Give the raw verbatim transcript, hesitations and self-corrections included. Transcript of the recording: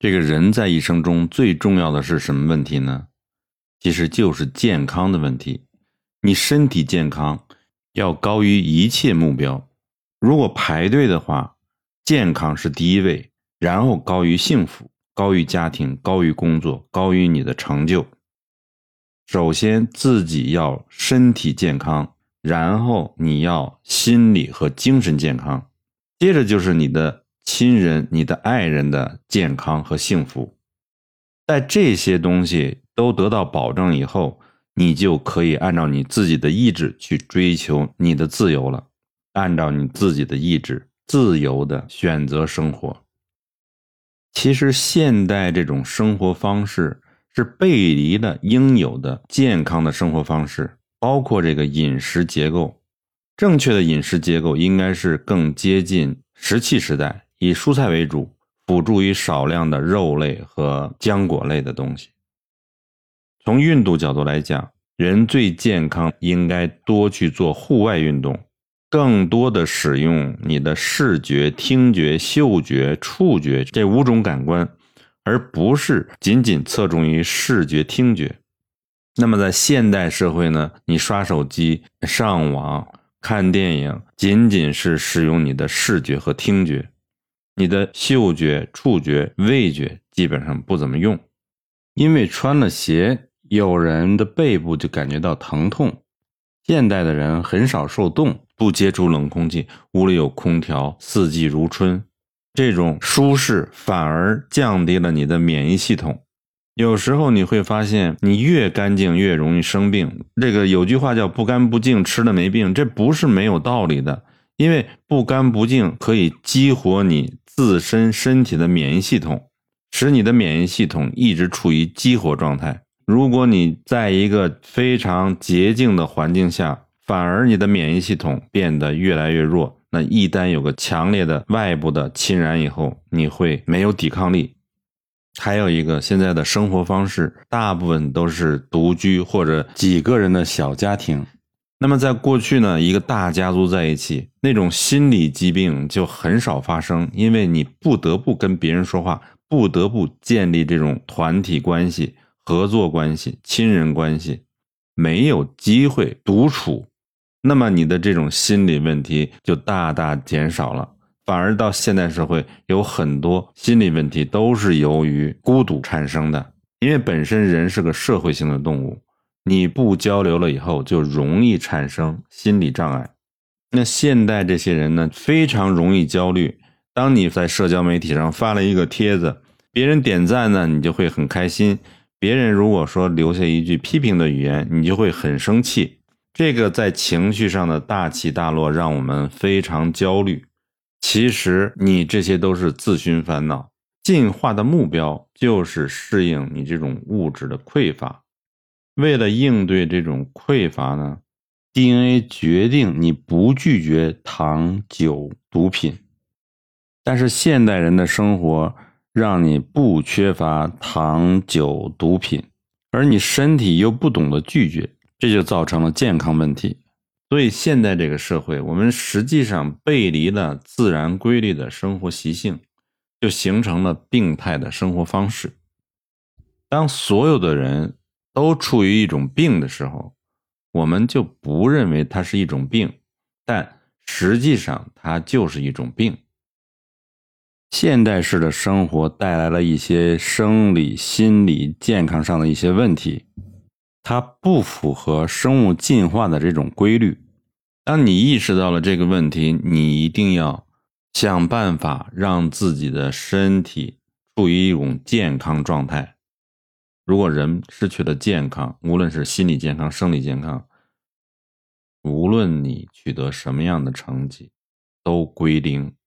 这个人在一生中最重要的是什么问题呢？其实就是健康的问题。你身体健康要高于一切目标。如果排队的话，健康是第一位，然后高于幸福，高于家庭，高于工作，高于你的成就。首先自己要身体健康，然后你要心理和精神健康，接着就是你的亲人、你的爱人的健康和幸福。在这些东西都得到保证以后，你就可以按照你自己的意志去追求你的自由了，按照你自己的意志自由的选择生活。其实现代这种生活方式是背离了应有的健康的生活方式，包括这个饮食结构。正确的饮食结构应该是更接近石器时代，以蔬菜为主，辅助于少量的肉类和浆果类的东西。从运动角度来讲，人最健康应该多去做户外运动，更多的使用你的视觉、听觉、嗅觉、触觉这五种感官，而不是仅仅侧重于视觉、听觉。那么在现代社会呢，你刷手机、上网、看电影，仅仅是使用你的视觉和听觉，你的嗅觉、触觉、味觉基本上不怎么用。因为穿了鞋，有人的背部就感觉到疼痛。现代的人很少受冻，不接触冷空气，屋里有空调，四季如春，这种舒适反而降低了你的免疫系统。有时候你会发现，你越干净越容易生病。这个有句话叫不干不净吃了没病，这不是没有道理的。因为不干不净可以激活你自身身体的免疫系统，使你的免疫系统一直处于激活状态。如果你在一个非常洁净的环境下，反而你的免疫系统变得越来越弱，那一旦有个强烈的外部的侵染以后，你会没有抵抗力。还有一个，现在的生活方式大部分都是独居或者几个人的小家庭。那么在过去呢，一个大家族在一起，那种心理疾病就很少发生，因为你不得不跟别人说话，不得不建立这种团体关系、合作关系、亲人关系，没有机会独处，那么你的这种心理问题就大大减少了。反而到现代社会，有很多心理问题都是由于孤独产生的，因为本身人是个社会性的动物，你不交流了以后就容易产生心理障碍。那现代这些人呢，非常容易焦虑。当你在社交媒体上发了一个帖子，别人点赞呢，你就会很开心；别人如果说留下一句批评的语言，你就会很生气。这个在情绪上的大起大落让我们非常焦虑。其实你这些都是自寻烦恼，进化的目标就是适应你这种物质的匮乏。为了应对这种匮乏呢， D N A 决定你不拒绝糖、酒、毒品，但是现代人的生活让你不缺乏糖、酒、毒品，而你身体又不懂得拒绝，这就造成了健康问题。所以现在这个社会，我们实际上背离了自然规律的生活习性，就形成了病态的生活方式。当所有的人都处于一种病的时候，我们就不认为它是一种病，但实际上它就是一种病。现代式的生活带来了一些生理、心理、健康上的一些问题，它不符合生物进化的这种规律。当你意识到了这个问题，你一定要想办法让自己的身体处于一种健康状态。如果人失去了健康，无论是心理健康、生理健康，无论你取得什么样的成绩，都归零。